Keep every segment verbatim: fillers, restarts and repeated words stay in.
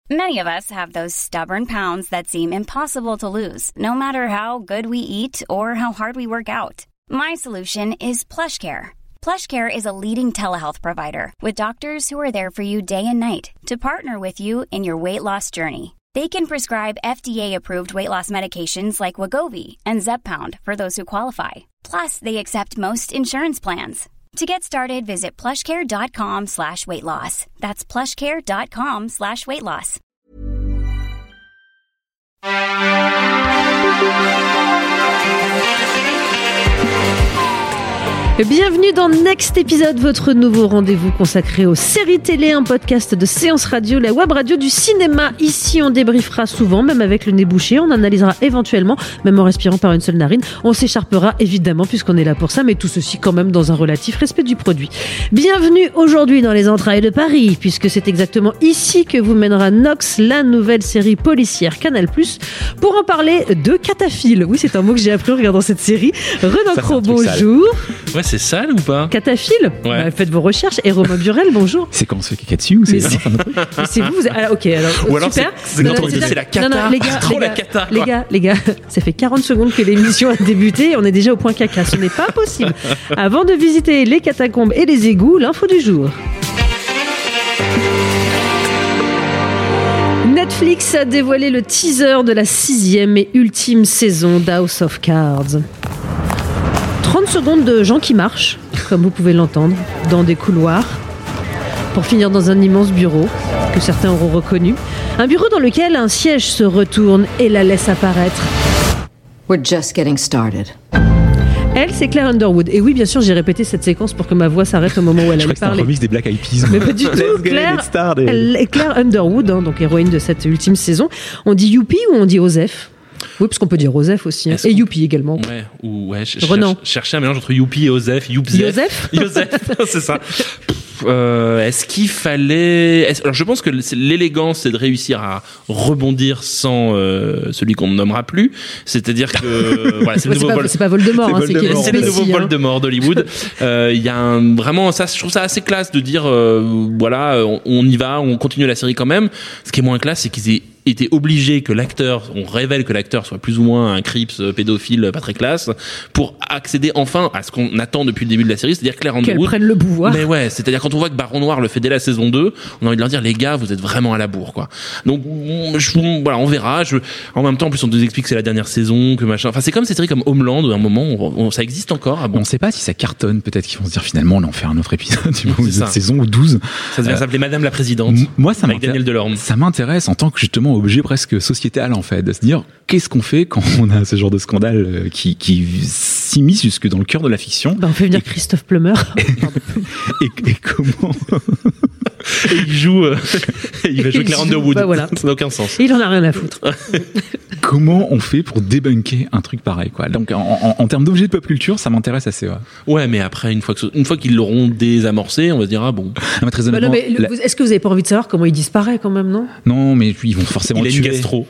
Many of us have those stubborn pounds that seem impossible to lose, no matter how good we eat or how hard we work out. My solution is PlushCare. PlushCare is a leading telehealth provider with doctors who are there for you day and night to partner with you in your weight loss journey. They can prescribe F D A-approved weight loss medications like Wegovy and Zepbound for those who qualify. Plus, they accept most insurance plans. To get started, visit plushcare.com slash weight loss. That's plushcare.com slash weight loss. Bienvenue dans Next Épisode, votre nouveau rendez-vous consacré aux séries télé, un podcast de Séance Radio, la web radio du cinéma. Ici, on débriefera souvent, même avec le nez bouché. On analysera éventuellement, même en respirant par une seule narine. On s'écharpera évidemment, puisqu'on est là pour ça, mais tout ceci quand même dans un relatif respect du produit. Bienvenue aujourd'hui dans les entrailles de Paris, puisque c'est exactement ici que vous mènera Nox, la nouvelle série policière Canal plus, pour en parler de cataphile. Oui, c'est un mot que j'ai appris en regardant cette série. Renan Cros, bonjour. Ouais, c'est sale ou pas? Cataphile, ouais. Bah, faites vos recherches. Et Romain Burel, bonjour. C'est quand on se fait caca dessus ou c'est, c'est... mais c'est vous, vous... Alors, ok, alors, ou alors super. c'est, c'est, non, non, c'est, c'est la cata. Non, non, les gars, c'est trop les la gars, cata. Les gars, les gars, ça fait quarante secondes que l'émission a débuté et on est déjà au point caca. Ce n'est pas possible. Avant de visiter les catacombes et les égouts, l'info du jour. Netflix a dévoilé le teaser de la sixième et ultime saison d'House of Cards. trente secondes de gens qui marchent, comme vous pouvez l'entendre, dans des couloirs, pour finir dans un immense bureau que certains auront reconnu. Un bureau dans lequel un siège se retourne et la laisse apparaître. We're just getting started. Elle, c'est Claire Underwood. Et oui, bien sûr, j'ai répété cette séquence pour que ma voix s'arrête au moment où elle allait parler. Je crois que c'est un remix des Black Eyed Peas. Mais pas du tout. Claire, elle, Claire Underwood, hein, donc héroïne de cette ultime saison. On dit Youpi ou on dit Osef? Oui, parce qu'on peut dire Osef aussi, hein. Et Youpi également. Ouais, ou ouais, je, Renan. Je cherchais un mélange entre Youpi et Osef. Youpzef. Yousef, c'est ça. Euh, est-ce qu'il fallait... Est-ce... Alors je pense que l'élégance, c'est de réussir à rebondir sans euh, celui qu'on ne nommera plus. C'est-à-dire que... voilà, c'est, ouais, le c'est, pas, Vol... c'est pas Voldemort. C'est, hein, Voldemort. c'est, c'est le nouveau hein. Voldemort d'Hollywood. Il euh, y a un, vraiment... ça, je trouve ça assez classe de dire, euh, voilà, on, on y va, on continue la série quand même. Ce qui est moins classe, c'est qu'ils aient été obligés que l'acteur, on révèle que l'acteur soit plus ou moins un crips pédophile pas très classe, pour accéder enfin à ce qu'on attend depuis le début de la série, c'est-à-dire Claire Underwood. Qu'elle prenne le pouvoir. Mais ouais, c'est-à-dire quand on voit que Baron Noir le fait dès la saison deux, on a envie de leur dire, les gars, vous êtes vraiment à la bourre, quoi. Donc, je, voilà, on verra. Je, en même temps, en plus, on nous explique que c'est la dernière saison, que machin. Enfin, c'est comme ces séries comme Homeland, où à un moment, on, on, ça existe encore. Ah bon. On sait pas si ça cartonne. Peut-être qu'ils vont se dire, finalement, on en fait un autre épisode, tu vois, cette saison ou douze. Ça devient euh, s'appeler Madame la Présidente. M- moi, ça avec Daniel Delorme. Ça m'intéresse en tant que, justement, objet presque sociétal, en fait, de se dire, qu'est-ce qu'on fait quand on a ce genre de scandale qui, qui s'immisce jusque dans le cœur de la fiction. Ben, on fait venir et... Christophe Plummer. et, et comment et il joue, euh, il va jouer Claire Underwood. Bah voilà. Ça n'a aucun sens. Et il en a rien à foutre. Comment on fait pour débunker un truc pareil, quoi? Donc, en, en, en termes d'objets de pop culture, ça m'intéresse assez. Ouais, ouais, mais après, une fois, que, une fois qu'ils l'auront désamorcé, on va se dire, ah bon. Ah, mais très honnêtement, bah non, mais, la... Est-ce que vous avez pas envie de savoir comment il disparaît quand même, non? Non, mais ils vont forcément il le a tuer. Une gastro.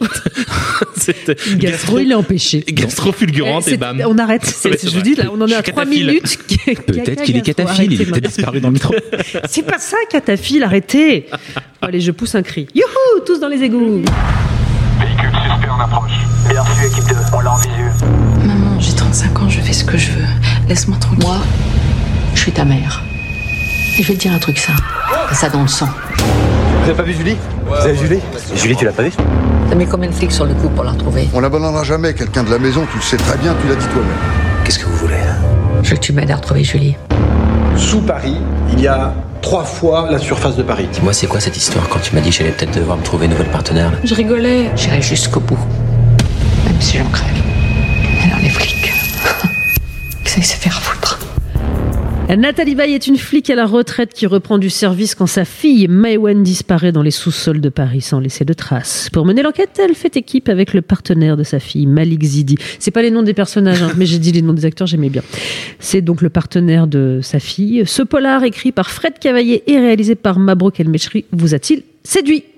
Une gastro, il est empêché. Gastro fulgurante et bam. On arrête. C'est, c'est, je vous dis, là, on en est à trois minutes. Peut-être qu'il est cataphile, il est peut-être disparu dans le métro. C'est pas ça, cataphile, arrêtez. Bon, allez, je pousse un cri. Youhou, tous dans les égouts. Véhicule suspect en approche. Bien reçu, équipe deux, on l'a en visu. Maman, j'ai trente-cinq ans, je fais ce que je veux. Laisse-moi tranquille. Moi, je suis ta mère. Et je vais te dire un truc, ça. Ça dans le sang. Vous avez pas vu Julie? Vous avez Julie? Julie, tu l'as pas vu? T'as mis combien de flics sur le coup pour la retrouver? On l'abandonnera jamais, quelqu'un de la maison, tu le sais très bien, tu l'as dit toi-même. Qu'est-ce que vous voulez? Je veux que tu m'aides à retrouver Julie. Sous Paris, il y a trois fois la surface de Paris. Dis-moi, c'est quoi cette histoire quand tu m'as dit que j'allais peut-être devoir me trouver une nouvelle partenaire là? Je rigolais. J'irai jusqu'au bout. Même si j'en crève. Alors les flics, que ça se faire foutre. Nathalie Baye est une flic à la retraite qui reprend du service quand sa fille Maïwenn disparaît dans les sous-sols de Paris sans laisser de traces. Pour mener l'enquête, elle fait équipe avec le partenaire de sa fille, Malik Zidi. C'est pas les noms des personnages, hein, mais j'ai dit les noms des acteurs, j'aimais bien. C'est donc le partenaire de sa fille. Ce polar, écrit par Fred Cavaillé et réalisé par Mabrouk El Mechri, vous a-t-il séduit ?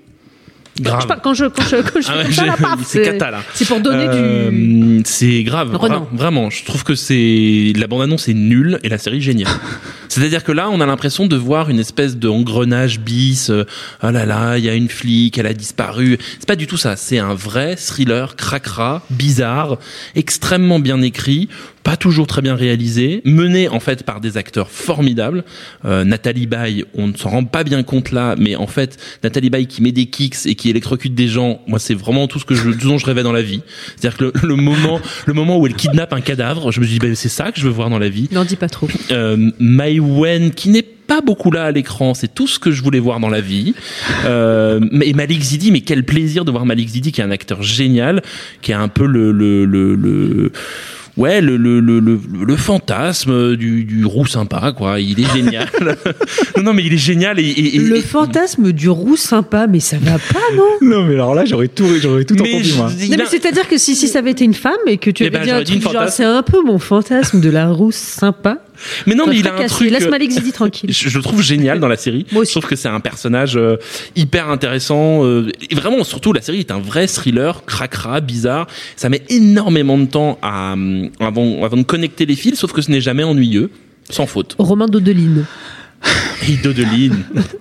Grave. Je parle, quand je quand je quand je Ah ouais, fais comme ça, là, paf, c'est cata là. C'est pour donner Euh, du. C'est grave, Renan. vra- vraiment. Je trouve que c'est la bande-annonce est nulle et la série géniale. C'est-à-dire que là, on a l'impression de voir une espèce de engrenage bis. Euh, oh là là, il y a une flic, elle a disparu. C'est pas du tout ça. C'est un vrai thriller cracra, bizarre, extrêmement bien écrit, pas toujours très bien réalisé, mené en fait par des acteurs formidables. Euh, Nathalie Baye, on ne s'en rend pas bien compte là, mais en fait, Nathalie Baye qui met des kicks et qui électrocute des gens, moi c'est vraiment tout ce que je, tout dont je rêvais dans la vie. C'est-à-dire que le, le moment, le moment où elle kidnappe un cadavre, je me suis dit, ben, c'est ça que je veux voir dans la vie. N'en dis pas trop. Euh, Mai Wen, qui n'est pas beaucoup là à l'écran, c'est tout ce que je voulais voir dans la vie. Euh, et Malik Zidi, mais quel plaisir de voir Malik Zidi, qui est un acteur génial, qui est un peu le, le, le, le ouais, le, le, le, le, le fantasme du, du roux sympa, quoi. Il est génial. non, non, mais il est génial et, et, et Le et... fantasme du roux sympa, mais ça va pas, non? Non, mais alors là, j'aurais tout, j'aurais tout Mais entendu, je- moi. il Non, a- mais c'est-à-dire que si, si ça avait été une femme et que tu Eh avais ben, dit un j'aurais dit truc une genre fantasme. c'est un peu mon fantasme de la rousse sympa. Mais non, mais il a Toi, un fracassé. truc. Laisse euh, Malik Zidi tranquille. Je, je le trouve génial dans la série. Moi aussi. Je trouve que c'est un personnage euh, hyper intéressant. Euh, et vraiment, surtout, la série est un vrai thriller, cracra, bizarre. Ça met énormément de temps à, euh, avant, avant de connecter les fils, sauf que ce n'est jamais ennuyeux, sans faute. Romain Dodeline. Et Dodeline.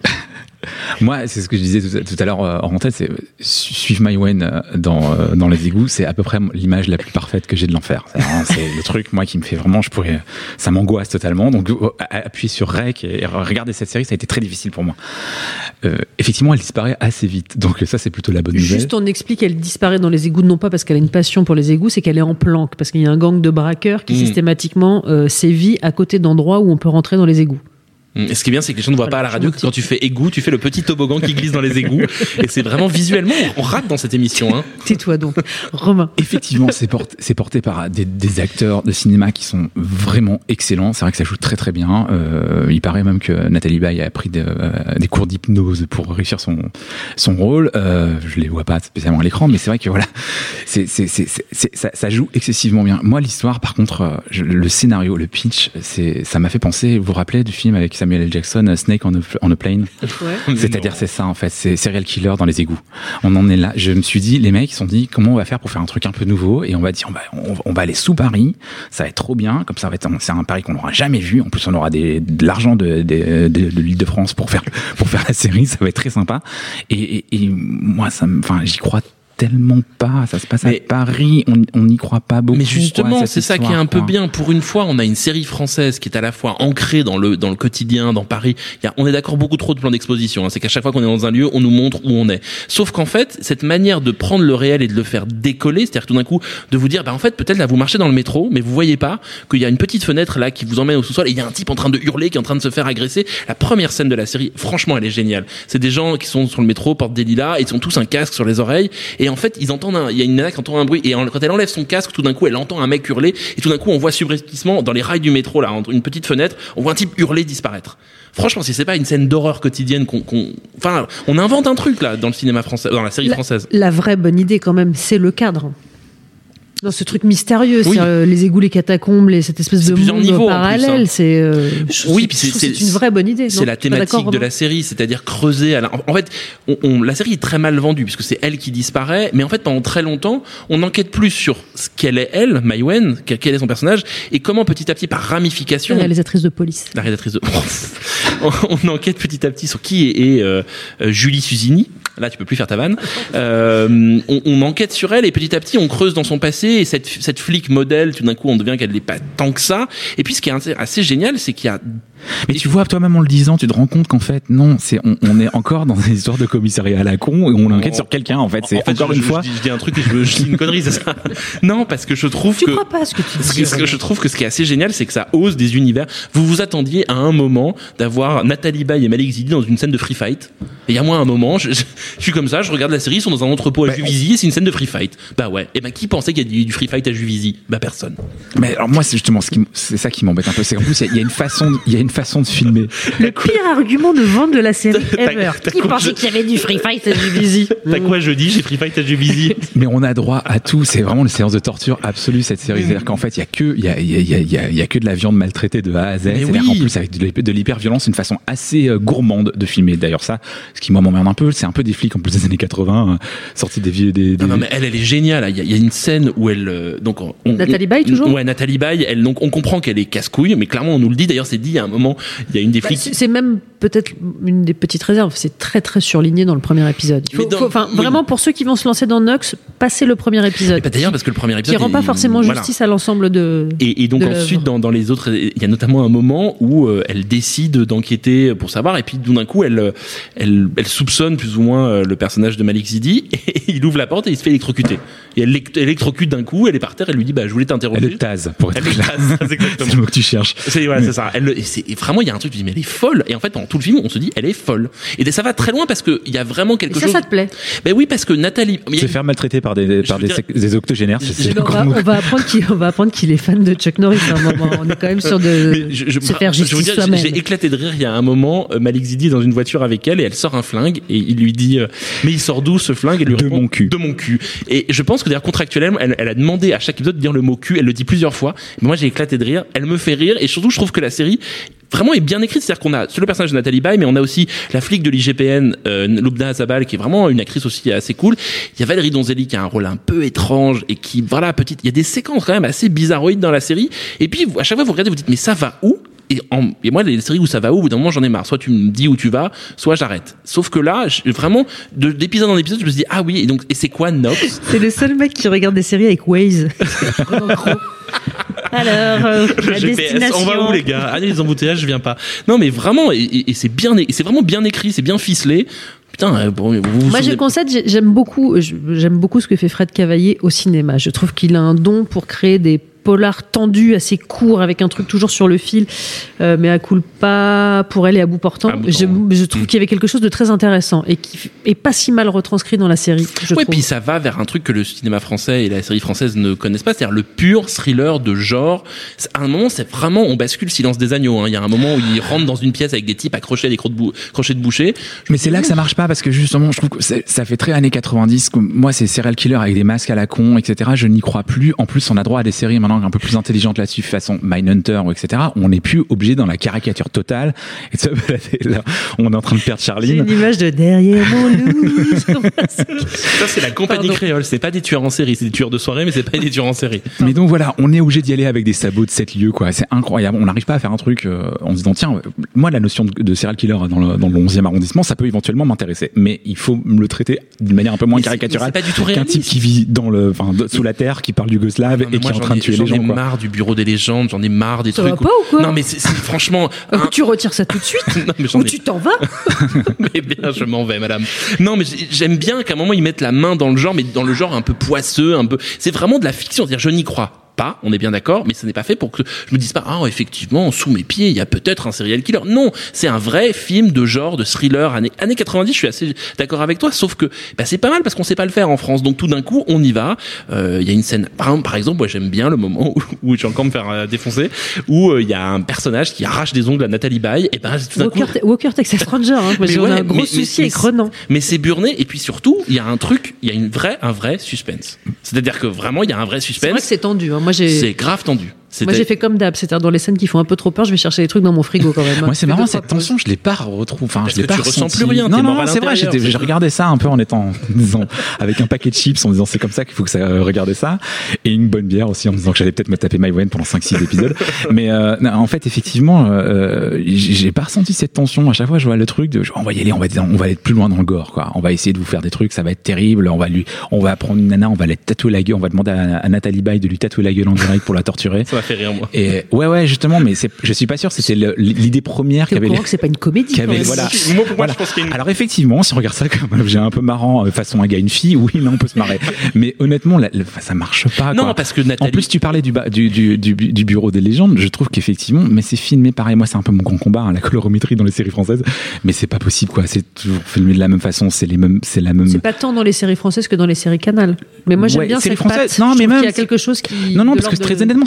Moi, c'est ce que je disais tout, tout à l'heure euh, en tête, c'est euh, su- suivre Mai Wen euh, dans euh, dans les égouts, c'est à peu près l'image la plus parfaite que j'ai de l'enfer. C'est, vraiment- c'est le truc moi qui me fait vraiment, je pourrais, ça m'angoisse totalement. Donc euh, appuyer sur Rec et regarder cette série, ça a été très difficile pour moi. Euh, effectivement, elle disparaît assez vite, donc ça c'est plutôt la bonne nouvelle. Juste on explique qu'elle disparaît dans les égouts, non pas parce qu'elle a une passion pour les égouts, c'est qu'elle est en planque, parce qu'il y a un gang de braqueurs qui Mm. systématiquement euh, sévit à côté d'endroits où on peut rentrer dans les égouts. Et ce qui est bien, c'est que les gens ne voient Voilà, pas à la radio je que quand tu fais égout, tu fais le petit toboggan qui glisse dans les égouts. Et c'est vraiment visuellement, on rate dans cette émission. Hein. Tais-toi donc, Romain. Effectivement, c'est porté, c'est porté par des, des acteurs de cinéma qui sont vraiment excellents. C'est vrai que ça joue très très bien. Euh, il paraît même que Nathalie Baye a pris de, euh, des cours d'hypnose pour réussir son son rôle. Euh, je les vois pas spécialement à l'écran, mais c'est vrai que voilà, c'est, c'est, c'est, c'est, c'est- ça, ça joue excessivement bien. Moi, l'histoire, par contre, euh, je- le scénario, le pitch, c'est, ça m'a fait penser. Vous vous rappelez du film avec Samuel L. Jackson, euh, Snake on a, on a Plane? Ouais. C'est-à-dire, c'est ça, en fait. C'est serial killer dans les égouts. On en est là. Je me suis dit, les mecs, ils se sont dit, comment on va faire pour faire un truc un peu nouveau? Et on va dire, on va, on, on va aller sous Paris. Ça va être trop bien. Comme ça, ça va être, un- c'est un Paris qu'on n'aura jamais vu. En plus, on aura des, de l'argent de, de, de, de l'île de France pour faire, pour faire la série. Ça va être très sympa. Et, et, et moi, ça me, enfin, j'y crois tellement pas. Ça se passe Mais- à Paris. On, on n'y croit pas beaucoup. Mais justement, quoi, c'est cette ça qui est histoire, un peu quoi. bien. Pour une fois, on a une série française qui est à la fois ancrée dans le dans le quotidien, dans Paris. Il y a, on est d'accord, beaucoup trop de plans d'exposition. Hein. C'est qu'à chaque fois qu'on est dans un lieu, on nous montre où on est. Sauf qu'en fait, cette manière de prendre le réel et de le faire décoller, c'est-à-dire que tout d'un coup de vous dire, bah en fait, peut-être là vous marchez dans le métro, mais vous voyez pas qu'il y a une petite fenêtre là qui vous emmène au sous-sol et il y a un type en train de hurler, qui est en train de se faire agresser. La première scène de la série, franchement, elle est géniale. C'est des gens qui sont sur le métro, portent des lilas, et ils ont tous un casque sur les oreilles, et en fait, ils entendent un, il y a une nana qui entend un bruit, et en- quand elle enlève son casque, tout d'un coup, elle entend un mec hurler, et tout d'un coup, on voit subrepticement dans les rails du métro, là, entre une petite fenêtre, on voit un type hurler, disparaître. Franchement, si c'est pas une scène d'horreur quotidienne qu'on, qu'on, enfin, on invente un truc, là, dans le cinéma français, dans la série La- française. La vraie bonne idée quand même, c'est le cadre. Dans ce truc mystérieux, Oui. c'est euh, les égouts, les catacombes, les, cette espèce C'est de plusieurs monde niveaux, en plus, parallèle, hein. c'est. euh, je- Oui, je puis c'est, trouve que c'est, c'est une vraie bonne idée. C'est non la Tu es pas d'accord, thématique de Romain la série, c'est-à-dire creuser à la... En fait, on, on- la série est très mal vendue puisque c'est elle qui disparaît, mais en fait, pendant très longtemps, on n'enquête plus sur ce qu'elle est elle, Mai Wen, quel quel est son personnage, et comment petit à petit, par ramification, La réalisatrice de police. la rédactrice de... on, on enquête petit à petit sur qui est, est, euh, euh, Julie Susini. Là, tu peux plus faire ta vanne. Euh, on, on enquête sur elle et petit à petit, on creuse dans son passé et cette, cette flic modèle, tout d'un coup, on devient qu'elle n'est pas tant que ça. Et puis, ce qui est assez, assez génial, c'est qu'il y a... Mais tu vois, toi-même en le disant, tu te rends compte qu'en fait, non, c'est, on, on est encore dans des histoires de commissariat à la con et on enquête On- sur quelqu'un, en fait. C'est En fait, encore je, une je- fois. Je, dis- je dis un truc et je, je dis une connerie, c'est ça? Non, parce que je trouve Tu que... crois pas à ce que tu Ce dis que, ce que Romain je trouve que ce qui est assez génial, c'est que ça ose des univers. Vous vous attendiez à un moment d'avoir Nathalie Baye et Malik Zidi dans une scène de free fight. Et il y a moi un moment, je, je, je suis comme ça, je regarde la série, ils sont dans un entrepôt à Bah, Juvisy et c'est une scène de free fight. Bah ouais. Et ben qui pensait qu'il y a du, du free fight à Juvisy? Bah personne. Mais alors moi, c'est justement ce qui, m- c'est ça qui m'embête un peu. C'est qu'en plus, il y a- il y a une façon, il y a une façon de filmer. Le pire argument de vente de la série ever. T'as Qui quoi, pensait je- qu'il y avait du Free Fight et du Busy. T'as quoi jeudi chez Free Fight à Juvisy? Mais on a droit à tout. C'est vraiment une séance de torture absolue, cette série. C'est-à-dire qu'en fait, il y a que, il y a, il y a, il y a, il y a que de la viande maltraitée de A à Z. Mais C'est-à-dire oui. qu'en plus, avec de l'hyper- de l'hyper-violence, une façon assez euh, gourmande de filmer. D'ailleurs, ça, ce qui moi m'emmerde un peu, c'est un peu des flics en plus des années quatre-vingts, euh, sortis des vieux, des, des... Non, non, mais elle, elle est géniale. Il y a, il y a une scène où elle, euh, donc, on, on- Nathalie Baye, toujours Ouais, Nathalie Baye. Elle, donc, on comprend qu'elle est casse-couille, mais clairement, on nous le dit. D'ailleurs, c'est dit à un moment, il y a une des Bah, flics. c'est c'est même peut-être une des petites réserves. C'est très très surligné dans le premier épisode. Il faut, Mais dans- faut- enfin, oui. vraiment pour ceux qui vont se lancer dans Nox, passez le premier épisode. Et bah, d'ailleurs, parce que le premier Qui épisode. rend pas il- forcément voilà. justice à l'ensemble de. Et, et donc de ensuite l'œuvre. dans, dans les autres, il y a notamment un moment où euh, elle décide d'enquêter pour savoir, et puis tout d'un coup elle, euh, elle, elle soupçonne plus ou moins euh, le personnage de Malik Zidi, et il ouvre la porte et il se fait électrocuter. Et elle l'électro- électrocute d'un coup, elle est par terre, elle lui dit bah je voulais t'interroger. Elle le tase, pour être Elle le clair. tase, c'est exactement. C'est le mot que tu cherches. C'est voilà, c'est ça. Elle, le- et, c'est, et vraiment, il y a un truc, tu dis mais elle est folle. Et en fait, pendant tout le film, on se dit elle est folle. Et ça va très loin parce que il y a vraiment Et quelque ça, chose. ça te plaît. Ben oui, parce que Nathalie. il y a Se une- faire maltraiter par des, par veux des, dire- des octogénaires, c'est, c'est le on, grand va, mot. on va apprendre qu'il on va apprendre qu'il est fan de Chuck Norris à un moment. On est quand même sûr de Mais je, je- se faire je veux justice dire, soi-même. j'ai éclaté de rire. Il y a un moment, euh, Malik Zidi est dans une voiture avec elle et elle sort un flingue et il lui dit euh, mais il sort d'où ce flingue? Et lui De répond, mon cul. De mon cul. Et je pense que d'ailleurs contractuellement, elle, elle a demandé à chaque épisode de dire le mot cul. Elle le dit plusieurs fois. Mais moi, j'ai éclaté de rire. Elle me fait rire et surtout, je trouve que la série vraiment est bien écrite. C'est-à-dire qu'on a le personnage de Nathalie Baye, mais on a aussi la flic de l'I G P N, euh, Lubna Azabal, qui est vraiment une actrice aussi assez cool. Il y a Valérie Donzelli qui a un rôle un peu étrange et qui, voilà, petite, il y a des séquences quand même assez bizarroïdes dans la série. Et puis, à chaque fois, vous regardez, vous dites, mais ça va où? Et, en, et moi, les séries où ça va où, au bout d'un moment, j'en ai marre. Soit tu me dis où tu vas, soit j'arrête. Sauf que là, je, vraiment, de, d'épisode en épisode, je me suis dit, ah oui, et donc, et c'est quoi Nox? C'est le seul mec qui regarde des séries avec Waze. En gros. Alors, euh, la G P S, destination. on va où les gars? Allez, les embouteillages, je viens pas. Non, mais vraiment, et, et, et c'est bien, et c'est vraiment bien écrit, c'est bien ficelé. Putain, euh, bon, vous vous Moi, je souvenez- concède, j'ai- j'aime beaucoup, je- j'aime beaucoup ce que fait Fred Cavaillé au cinéma. Je trouve qu'il a un don pour créer des polars tendus, assez courts, avec un truc toujours sur le fil, euh, mais à culpa pour elle et à bout portant. À bout je, portant. je trouve qu'il y avait quelque chose de très intéressant et qui est pas si mal retranscrit dans la série. Je Ouais, trouve. puis ça va vers un truc que le cinéma français et la série française ne connaissent pas, c'est-à-dire le pur thriller de genre. C'est- À un moment, c'est vraiment, on bascule Silence des agneaux. Hein. Il y a un moment où ils rentrent dans une pièce avec des types accrochés à des crocs de bou- crochets de boucher. Mais c'est là que ça marche pas parce que justement, je trouve que c'est- ça fait très années quatre-vingt-dix. Que moi, c'est serial killer avec des masques à la con, et cetera. Je n'y crois plus. En plus, on a droit à des séries maintenant un peu plus intelligentes là-dessus, façon Mindhunter, et cetera. On n'est plus obligé dans la caricature totale. Et ça, là, on est en train de perdre J'ai Charline. une image de derrière mon loup. Ça, c'est la compagnie Pardon. créole. C'est pas des tueurs en série, c'est des tueurs de soirée, mais c'est pas des tueurs en série. Mais donc voilà, on est obligé d'y aller avec des sabots de sept lieux, quoi. C'est incroyable. On n'arrive pas à faire un truc euh, en se disant, tiens, euh, moi, la notion de, de serial killer dans le, dans le onzième arrondissement, ça peut éventuellement m'intéresser. Mais il faut me le traiter d'une manière un peu moins Mais c'est- caricaturale mais c'est pas du tout qu'un réaliste. type qui vit dans le, enfin, de- sous la terre, qui parle yougoslave Non, mais et qui moi, est en j'en train de ai- tuer les J'en gens, ai quoi. marre du bureau des légendes, j'en ai marre des Ça trucs. va pas ou quoi Non, mais c'est c'est franchement. Euh, un- Tu retires ça tout de suite Non, mais j'en ou ai- tu t'en vas? Mais bien, je m'en vais, madame. Non, mais j'ai- j'aime bien qu'à un moment ils mettent la main dans le genre, mais dans le genre un peu poisseux, un peu. C'est vraiment de la fiction. C'est-à-dire, je n'y crois pas, on est bien d'accord, mais ce n'est pas fait pour que je me dise pas, ah, effectivement, sous mes pieds, il y a peut-être un serial killer. Non, c'est un vrai film de genre, de thriller, années, années quatre-vingt-dix, je suis assez d'accord avec toi, sauf que, bah, c'est pas mal parce qu'on sait pas le faire en France. Donc, tout d'un coup, on y va. Euh, il y a une scène, par, par exemple, moi, j'aime bien le moment où, où je vais encore me faire euh, défoncer, où euh, il y a un personnage qui arrache des ongles à Nathalie Baye, et ben, tout d'un coup. Walker, Walker Texas Ranger, hein. Moi, Mais on a ouais, un gros mais- souci mais- avec Renan. Mais c'est burné, et puis surtout, il y a un truc, il y a une vraie, un vrai suspense. C'est-à-dire que vraiment, il y a un vrai C'est vrai suspense. que c'est tendu. Hein. Moi, j'ai. C'est grave tendu. Moi j'ai fait comme d'hab, c'est-à-dire dans les scènes qui font un peu trop peur, je vais chercher des trucs dans mon frigo quand même. Moi c'est Je fais marrant deux, cette trois tension, je l'ai pas retrouvé. Enfin, Parce je l'ai que pas tu ressens ressenti. plus rien, Non t'es non, mort à c'est vrai. l'intérieur, J'étais, c'est j'ai tout. regardé ça un peu en étant, en disant, avec un paquet de chips, en disant c'est comme ça qu'il faut que ça euh, regarder ça, et une bonne bière aussi en me disant que j'allais peut-être me taper My Way pendant cinq six épisodes. Mais euh, non, en fait effectivement, euh, j'ai pas ressenti cette tension. À chaque fois je vois le truc de, on va y aller, on va, on va aller plus loin dans le gore, quoi. On va essayer de vous faire des trucs, ça va être terrible. On va lui, on va prendre une nana, on va la tatouer la gueule, on va demander à, à Nathalie Baye de lui tatouer la gueule en direct pour la torturer. Ça m'a fait rire, moi. Et ouais ouais justement, mais c'est, je suis pas sûr, c'était le- l'idée première T'es qui au avait. courant que c'est pas une comédie. qui quand avait- même. voilà. Moi, pour moi, Voilà. je pense qu'il y a une... Alors effectivement, si on regarde ça comme un objet un peu marrant, euh, façon un gars, une fille, oui, là on peut se marrer. Mais honnêtement, la- la- ça marche pas. Non, quoi. parce que En Nathalie... plus, tu parlais du, ba- du, du, du, du bureau des légendes. Je trouve qu'effectivement, mais c'est filmé pareil. Moi, c'est un peu mon grand combat, hein, la colorimétrie dans les séries françaises. Mais c'est pas possible, quoi. C'est toujours filmé de la même façon. C'est les mêmes, c'est la même. C'est pas tant dans les séries françaises que dans les séries Canal. Mais moi j'aime Ouais, bien séries cette françaises. patte. Non, Je mais trouve même, qu'il y a quelque chose qui. Non, non, de parce que l'ordre très de- honnêtement, c'est pas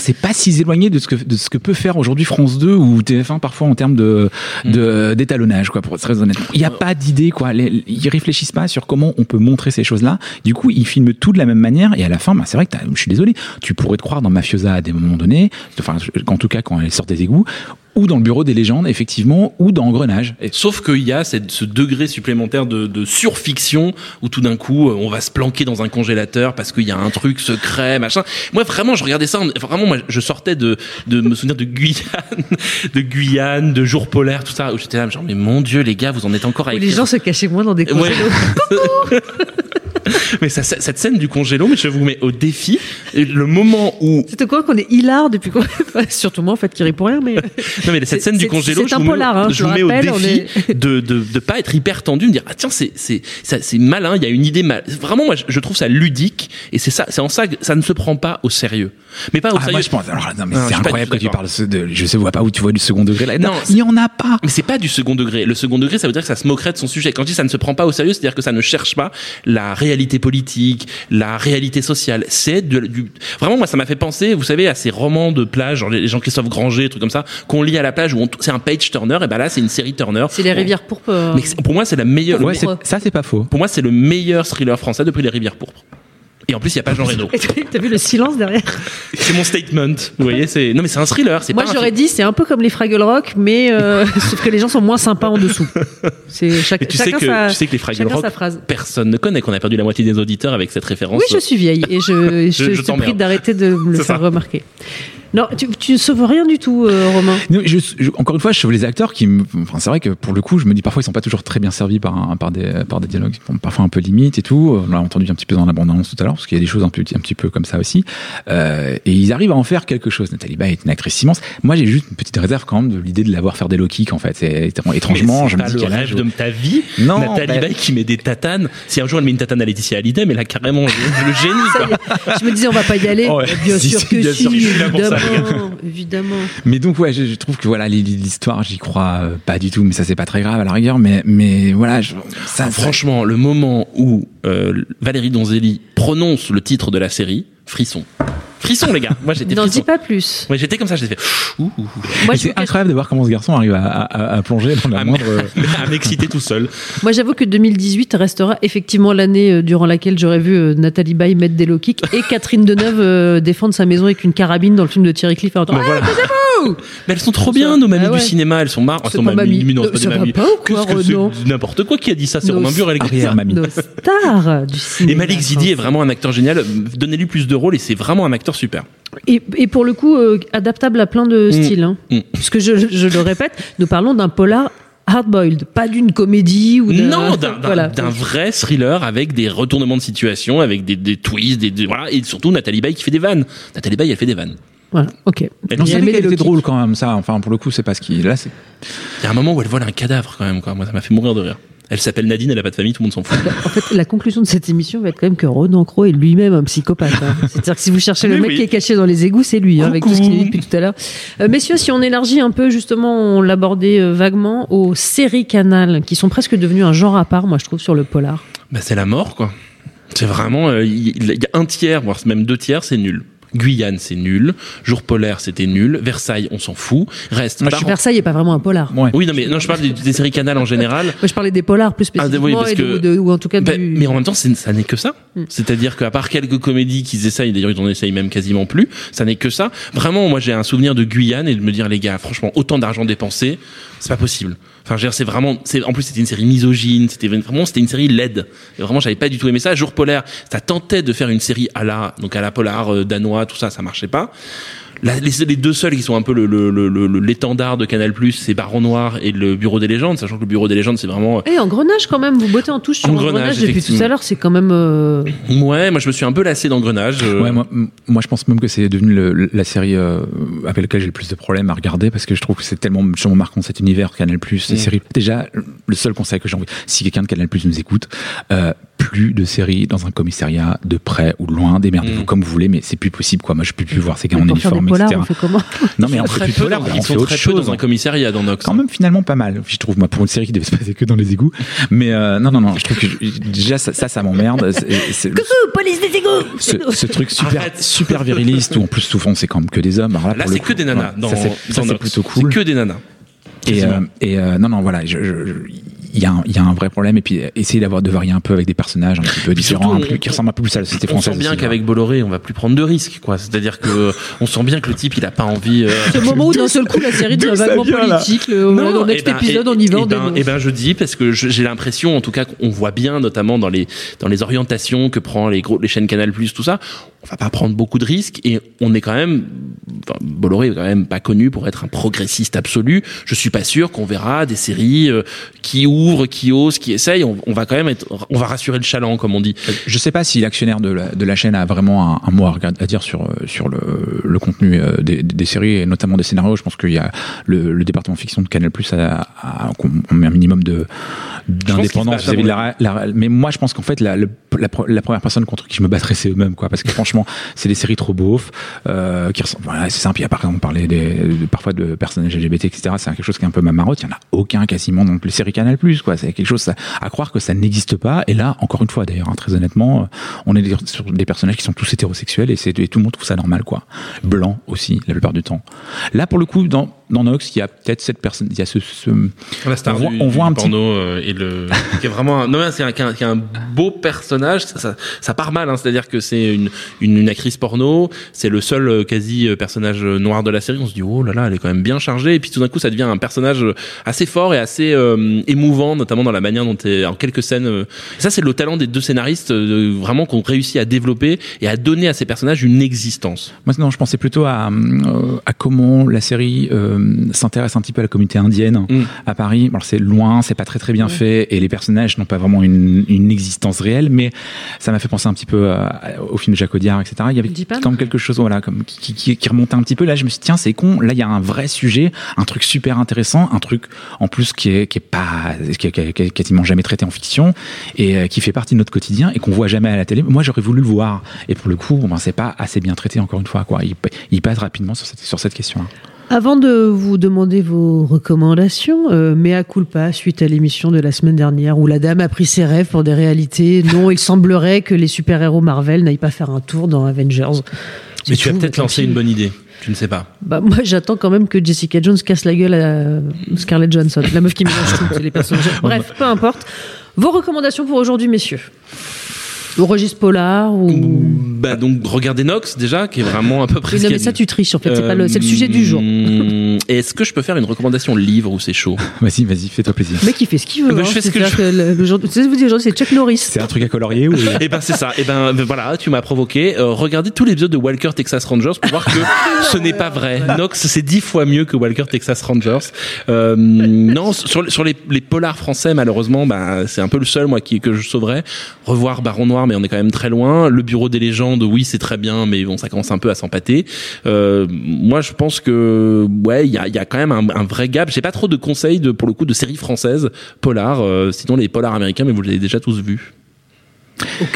si éloigné de ce que de ce que peut faire aujourd'hui France deux ou T F un parfois en termes de, de mmh. d'étalonnage, quoi, pour être très honnête. Il n'y a pas d'idée, quoi. Les, ils réfléchissent pas sur comment on peut montrer ces choses-là. Du coup, ils filment tout de la même manière et à la fin, bah, c'est vrai que je suis désolé, tu pourrais te croire dans Mafiosa à des moments donnés, enfin, en tout cas quand elle sort des égouts, ou dans le bureau des légendes, effectivement, ou dans Engrenage. Et... Sauf qu'il y a cette, ce degré supplémentaire de, de surfiction où tout d'un coup, on va se planquer dans un congélateur parce qu'il y a un truc secret, machin. Moi, vraiment, je regardais ça, vraiment, moi, je sortais de, de me souvenir de Guyane, de Guyane, de Jour polaire, tout ça, où j'étais là, genre, mais mon Dieu, les gars, vous en êtes encore avec... Les gens se cachaient moins dans des congélos. Ouais. Mais ça, cette scène du congélo, mais je vous mets au défi. Le moment où... C'est quoi qu'on est hilar depuis quoi? Surtout moi, en fait, qui rit pour rien, mais... Non, mais cette scène du congélo, je vous mets, hein, je vous mets rappelle, au défi est... de, de, de pas être hyper tendu, de me dire, ah tiens, c'est, c'est, ça, c'est malin, il y a une idée mal. Vraiment, moi, je trouve ça ludique, et c'est ça, c'est en ça que ça ne se prend pas au sérieux. Mais pas au ah, sérieux. Moi, je pense, alors, non, mais non, c'est incroyable que tu parles de, je sais, vois pas où tu vois du second degré là. Non, non il y en a pas. Mais c'est pas du second degré. Le second degré, ça veut dire que ça se moquerait de son sujet. Quand je dis ça ne se prend pas au sérieux, c'est-à-dire que ça ne cherche pas la réalité politique, la réalité sociale. C'est de, du, vraiment, moi, ça m'a fait penser, vous savez, à ces romans de plage, genre les Jean-Christophe Granger, trucs comme ça, qu'on lit à la plage où on, c'est un page turner, et ben là, c'est une série Turner. C'est les Rivières pourpres. Euh... Mais pour moi, c'est la meilleure. Ouais, c'est, ça, c'est pas faux. Pour moi, c'est le meilleur thriller français depuis les Rivières pourpres. Et en plus, il n'y a pas Jean Reno. T'as vu le silence derrière? C'est mon statement. Vous voyez, c'est, non, mais c'est un thriller. C'est Moi, pas j'aurais un... dit, c'est un peu comme les Fraggle Rock, mais, euh, sauf que les gens sont moins sympas en dessous. C'est chaque, tu chacun sais que, sa, tu sais que les Fraggle Rock, personne ne connaît, qu'on a perdu la moitié des auditeurs avec cette référence. Oui, je suis vieille et je, je, je, je te prie d'arrêter de me le c'est faire ça. remarquer. Non, tu, tu ne sauves rien du tout, euh, Romain. Non, je, je, encore une fois, je sauve les acteurs qui, me, enfin, c'est vrai que pour le coup, je me dis parfois ils sont pas toujours très bien servis par, un, par des, par des dialogues, qui sont parfois un peu limites et tout. On l'a entendu un petit peu dans l'abondance tout à l'heure, parce qu'il y a des choses un, peu, un petit peu comme ça aussi. Euh, et ils arrivent à en faire quelque chose. Nathalie Baye est une actrice immense. Moi, j'ai juste une petite réserve quand même de l'idée de l'avoir faire des low kicks, en fait. C'est étrangement, je me dis le rêve je... de ta vie. Non, Nathalie Baye qui met des tatanes. Si un jour elle met une tatane à Laetitia Hallyday, mais là carrément le, le génie. Quoi. Je me disais, on va pas y aller. Oh ouais. Bien si, sûr si, que bien si, sûr. évidemment. Évidemment. Mais donc ouais, je, je trouve que voilà l'histoire, j'y crois euh, pas du tout, mais ça c'est pas très grave à la rigueur, mais mais voilà. Je, ça, ah, franchement, ça... le moment où euh, Valérie Donzelli prononce le titre de la série, frisson. Frisson les gars, moi j'étais N'en frisson. dis pas plus. Ouais, j'étais comme ça, j'ai fait ouh, ouh. Moi, c'est incroyable de voir comment ce garçon arrive à, à, à plonger dans la à moindre à m'exciter tout seul. Moi j'avoue que deux mille dix-huit restera effectivement l'année durant laquelle j'aurais vu euh, Nathalie Baye mettre des low kicks et Catherine Deneuve euh, défendre sa maison avec une carabine dans le film de Thierry Cliff. Bah, voilà. Mais elles sont trop bien, nos mamies ah ouais. du cinéma, elles sont marres. C'est pas mamie. Non, c'est pas des mamies. Pas ou quoi, Qu'est-ce que c'est n'importe quoi qui a dit ça, c'est nos Romain Burel qui a dit ça. Nos stars du cinéma. Et Malik Zidi est vraiment un acteur génial. Donnez-lui plus de rôles et c'est vraiment un acteur super. Et, et pour le coup, euh, adaptable à plein de styles. Mmh. Hein. Mmh. Parce que je, je le répète, nous parlons d'un polar hard-boiled, pas d'une comédie ou d'un... Non, d'un, voilà. d'un, d'un vrai thriller avec des retournements de situation, avec des, des twists, des, des, voilà, et surtout Nathalie Baye qui fait des vannes. Nathalie Baye, elle fait des vannes. Voilà, ok. Elle non, c'est qu'elle était drôle quand même, ça. Enfin, pour le coup, c'est pas ce qui... Là, c'est... Il y a un moment où elle vole un cadavre quand même, quoi. Moi, ça m'a fait mourir de rire. Elle s'appelle Nadine, elle a pas de famille, tout le monde s'en fout. En fait, la conclusion de cette émission va être quand même que Ronan Crowe est lui-même un psychopathe. Hein. C'est-à-dire que si vous cherchez le Mais mec oui. qui est caché dans les égouts, c'est lui, hein, avec tout ce qu'il dit depuis tout à l'heure. Euh, messieurs, si on élargit un peu, justement, on l'abordait euh, vaguement, aux séries Canal, qui sont presque devenues un genre à part, moi, je trouve, sur le polar. Bah, c'est la mort, quoi. C'est vraiment... Il euh, y, y a un tiers, voire même deux tiers, c'est nul. Guyane, c'est nul. Jour polaire, c'était nul. Versailles, on s'en fout. Reste. Moi, je Versailles est pas vraiment un polar. Ouais. Oui, non, mais non, je parle des, des séries Canal en général. Moi, je parlais des polars plus spécifiquement, ah, oui, et que, de, de, ou en tout cas bah, du... Mais en même temps, c'est, ça n'est que ça. Mm. C'est-à-dire qu'à part quelques comédies qu'ils essayent, d'ailleurs ils en essayent même quasiment plus, ça n'est que ça. Vraiment, moi, j'ai un souvenir de Guyane et de me dire, les gars, franchement, autant d'argent dépensé, c'est pas possible. Enfin, je veux dire, c'est vraiment, c'est, en plus, c'était une série misogyne, c'était vraiment, c'était une série laide. Et vraiment, j'avais pas du tout aimé ça. Jour polaire, ça tentait de faire une série à la, donc à la polar, euh, danois, tout ça, ça marchait pas. La, les, les deux seuls qui sont un peu le, le, le, le, l'étendard de Canal+, c'est Baron Noir et le Bureau des légendes, sachant que le Bureau des légendes, c'est vraiment... Et Engrenage, quand même, vous bottez en touche sur Engrenage, Engrenage depuis tout à l'heure, c'est quand même... Euh... Ouais, moi, je me suis un peu lassé d'Engrenage. Euh... Ouais, moi, moi, je pense même que c'est devenu le, la série euh, avec laquelle j'ai le plus de problèmes à regarder, parce que je trouve que c'est tellement, tellement marquant cet univers Canal+, ces mmh. séries. Déjà, le seul conseil que j'ai envie, si quelqu'un de Canal+ nous écoute, euh, plus de séries dans un commissariat de près ou de loin, démerdez-vous mmh. comme vous voulez, mais c'est plus possible, quoi. Moi, je peux plus voir ces gars en uniforme, polars, et cetera. On fait comment Non, mais on fait plus de polars, ils sont très peu dans un commissariat dans Nox. Quand même, finalement, pas mal. Je trouve, moi, pour une série qui devait se passer que dans les égouts. Mais euh, non, non, non, je trouve que je, déjà ça, ça, ça m'emmerde. C'est, c'est, Coucou, police des égouts. Ce, ce truc super, super viriliste où en plus souvent c'est quand même que des hommes. Alors là, là pour c'est le que coup, des nanas. Ouais, dans, ça, c'est, dans ça, c'est plutôt cool. C'est que des nanas. Et, euh, et euh, non, non, voilà, je, je, je, il y a un, il y a un vrai problème. Et puis essayer d'avoir de varier un peu avec des personnages un petit peu différents, surtout, un peu, qui ressemblent un peu plus à la société on française. On sent bien aussi, qu'avec ouais. Bolloré, on va plus prendre de risques, quoi. C'est-à-dire que on sent bien que le type, il a pas envie. Euh... C'est le moment où d'un seul coup la série devient vaguement politique. Le, non, dans le next ben, épisode, et, on y va. Et ben, et ben, je dis parce que je, j'ai l'impression, en tout cas, qu'on voit bien, notamment dans les dans les orientations que prend les gros les chaînes Canal+, tout ça. On va pas prendre beaucoup de risques et on est quand même, enfin, Bolloré est quand même pas connu pour être un progressiste absolu. Je suis pas sûr qu'on verra des séries euh, qui ouvrent, qui osent, qui essayent. On, on va quand même être, on va rassurer le chaland, comme on dit. Je sais pas si l'actionnaire de la, de la chaîne a vraiment un, un mot à, à dire sur sur le, le contenu des, des séries et notamment des scénarios. Je pense qu'il y a le, le département fiction de Canal+ a, a, a on met un minimum de d'indépendance vis-à-vis de la, la. Mais moi, je pense qu'en fait, la, la, la, la première personne contre qui je me battrais, c'est eux-mêmes, quoi, parce que franchement. C'est des séries trop beaufs, euh, qui ressemblent, voilà, c'est simple. Il y a par exemple parler des, de, parfois de personnages L G B T, et cetera. C'est quelque chose qui est un peu ma marotte. Il y en a aucun quasiment dans les séries Canal+, quoi. C'est quelque chose à, à croire que ça n'existe pas. Et là, encore une fois, d'ailleurs, hein, très honnêtement, on est sur des personnages qui sont tous hétérosexuels et, c'est, et tout le monde trouve ça normal, quoi. Blanc aussi, la plupart du temps. Là, pour le coup, dans dans Nox, il y a peut-être cette personne, il y a ce, ce la star on voit, du, on voit du un porno petit... euh, et le qui est vraiment un, non mais c'est un, qui, est un, qui est un beau personnage, ça, ça, ça part mal, hein, c'est-à-dire que c'est une, une une actrice porno, c'est le seul euh, quasi euh, personnage noir de la série. On se dit oh là là, elle est quand même bien chargée, et puis tout d'un coup ça devient un personnage assez fort et assez euh, émouvant, notamment dans la manière dont elle, en quelques scènes. Euh, ça c'est le talent des deux scénaristes, euh, vraiment qu'on réussit à développer et à donner à ces personnages une existence. Moi non, je pensais plutôt à euh, à comment la série euh, s'intéresse un petit peu à la communauté indienne mm. à Paris. Alors c'est loin, c'est pas très très bien ouais. fait et les personnages n'ont pas vraiment une, une existence réelle, mais ça m'a fait penser un petit peu à, au film de Jacques Audiard, et cetera. Il y avait quand même quelque chose, voilà, comme qui, qui, qui remontait un petit peu. Là, je me suis dit tiens, c'est con. Là, il y a un vrai sujet, un truc super intéressant, un truc en plus qui est qui est pas qui est, qui est, qui est quasiment jamais traité en fiction et euh, qui fait partie de notre quotidien et qu'on voit jamais à la télé. Moi, j'aurais voulu le voir et pour le coup, bon, ben, c'est pas assez bien traité encore une fois, quoi. Il, il passe rapidement sur cette sur cette question-là. Avant de vous demander vos recommandations, euh, mea culpa suite à l'émission de la semaine dernière où la dame a pris ses rêves pour des réalités. Non, il semblerait que les super-héros Marvel n'aillent pas faire un tour dans Avengers. C'est Mais tu fou, as peut-être lancé une bonne idée. Je ne sais pas. Bah, moi, j'attends quand même que Jessica Jones casse la gueule à Scarlett Johansson. La meuf qui mélange tout, c'est les personnages. Bref, peu importe. Vos recommandations pour aujourd'hui, messieurs. Au registre polar ou... Bah donc regardez Nox déjà qui est vraiment à peu près. Oui, non mais ça tu triches en fait, euh, c'est pas le, c'est le sujet du jour. Est-ce que je peux faire une recommandation livre ou c'est chaud? Vas-y, vas-y, fais-toi plaisir. Le mec il fait ce qu'il veut. Bah, hein, je fais ce que je... que le, le jour, tu sais, vous dites aujourd'hui c'est Chuck Norris. C'est un truc à colorier ou? Et ben c'est ça. Et ben voilà, tu m'as provoqué. Euh, regardez tous les épisodes de Walker Texas Rangers pour voir que ce n'est pas vrai. Nox c'est dix fois mieux que Walker Texas Rangers. Euh, non, sur sur les, les polars français malheureusement, bah c'est un peu le seul moi qui que je sauverais. Revoir Baron Noir, mais on est quand même très loin. Le Bureau des légendes, oui, c'est très bien, mais bon, ça commence un peu à s'empâter. Euh, moi, je pense que, ouais, il y a, y a quand même un, un vrai gap. J'ai pas trop de conseils de, pour le coup, de séries françaises, polars, euh, sinon les polars américains, mais vous les avez déjà tous vus. Ok.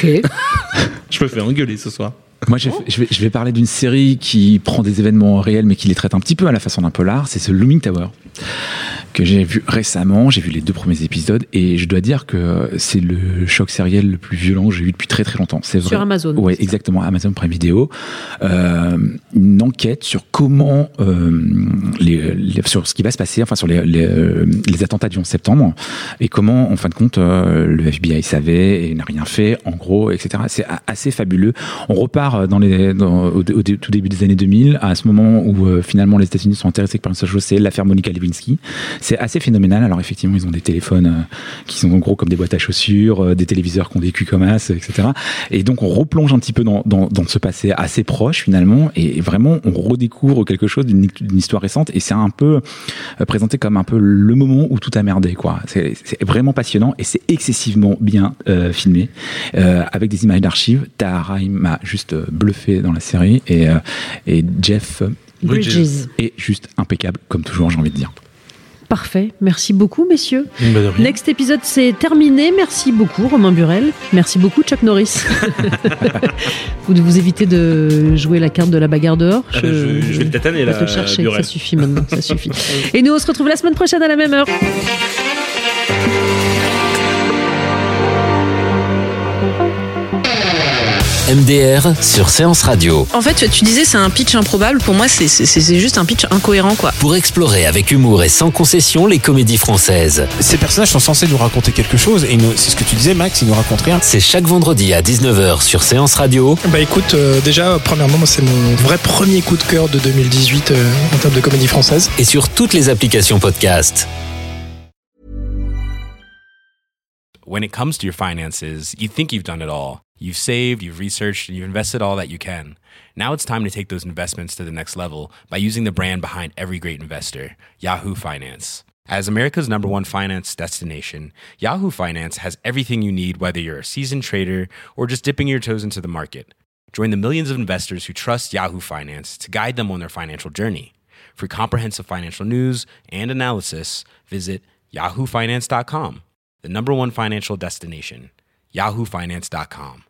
Je me fais engueuler ce soir. Moi, je vais, je, vais, je vais parler d'une série qui prend des événements réels, mais qui les traite un petit peu à la façon d'un polar. C'est ce Looming Tower que j'ai vu récemment. J'ai vu les deux premiers épisodes et je dois dire que c'est le choc sériel le plus violent que j'ai eu depuis très très longtemps. C'est vrai. Sur Amazon. Ouais, exactement. Amazon Prime Video. Euh, une enquête sur comment euh, les, les, sur ce qui va se passer, enfin sur les, les, les attentats du onze septembre et comment, en fin de compte, euh, le F B I savait et n'a rien fait, en gros, et cetera. C'est assez fabuleux. On repart dans les dans, au, au, au tout début des années deux mille, à ce moment où euh, finalement les États-Unis sont intéressés par une seule chose, c'est l'affaire Monica Lewinsky. C'est assez phénoménal. Alors effectivement, ils ont des téléphones euh, qui sont en gros comme des boîtes à chaussures, euh, des téléviseurs qui ont des culs comme as, et cetera. Et donc on replonge un petit peu dans, dans, dans ce passé assez proche finalement, et vraiment on redécouvre quelque chose d'une, d'une histoire récente. Et c'est un peu euh, présenté comme un peu le moment où tout a merdé, quoi. C'est, c'est vraiment passionnant et c'est excessivement bien euh, filmé, euh, avec des images d'archives. Tahar m'a juste euh, bluffé dans la série et, euh, et Jeff Bridges est juste impeccable comme toujours, j'ai envie de dire. Parfait. Merci beaucoup, messieurs. Bah, de rien. Next épisode, c'est terminé. Merci beaucoup, Romain Burel. Merci beaucoup, Chuck Norris. vous, vous évitez de jouer la carte de la bagarre dehors. Ah bah, je, je vais le tataner, là, te le chercher. Burel. Ça suffit maintenant. Ça suffit. Et nous, on se retrouve la semaine prochaine à la même heure. M D R sur Séance Radio. En fait, tu disais c'est un pitch improbable. Pour moi, c'est, c'est, c'est juste un pitch incohérent, quoi. Pour explorer avec humour et sans concession les comédies françaises. Ces personnages sont censés nous raconter quelque chose et nous, c'est ce que tu disais, Max, ils nous racontent rien. C'est chaque vendredi à dix-neuf heures sur Séance Radio. Bah écoute, euh, déjà, premièrement, c'est mon vrai premier coup de cœur de deux mille dix-huit euh, en termes de comédie française. Et sur toutes les applications podcast. When it comes to your finances, you think you've done it all. You've saved, you've researched, and you've invested all that you can. Now it's time to take those investments to the next level by using the brand behind every great investor, Yahoo Finance. As America's number one finance destination, Yahoo Finance has everything you need, whether you're a seasoned trader or just dipping your toes into the market. Join the millions of investors who trust Yahoo Finance to guide them on their financial journey. For comprehensive financial news and analysis, visit yahoo finance dot com, the number one financial destination, yahoo finance dot com.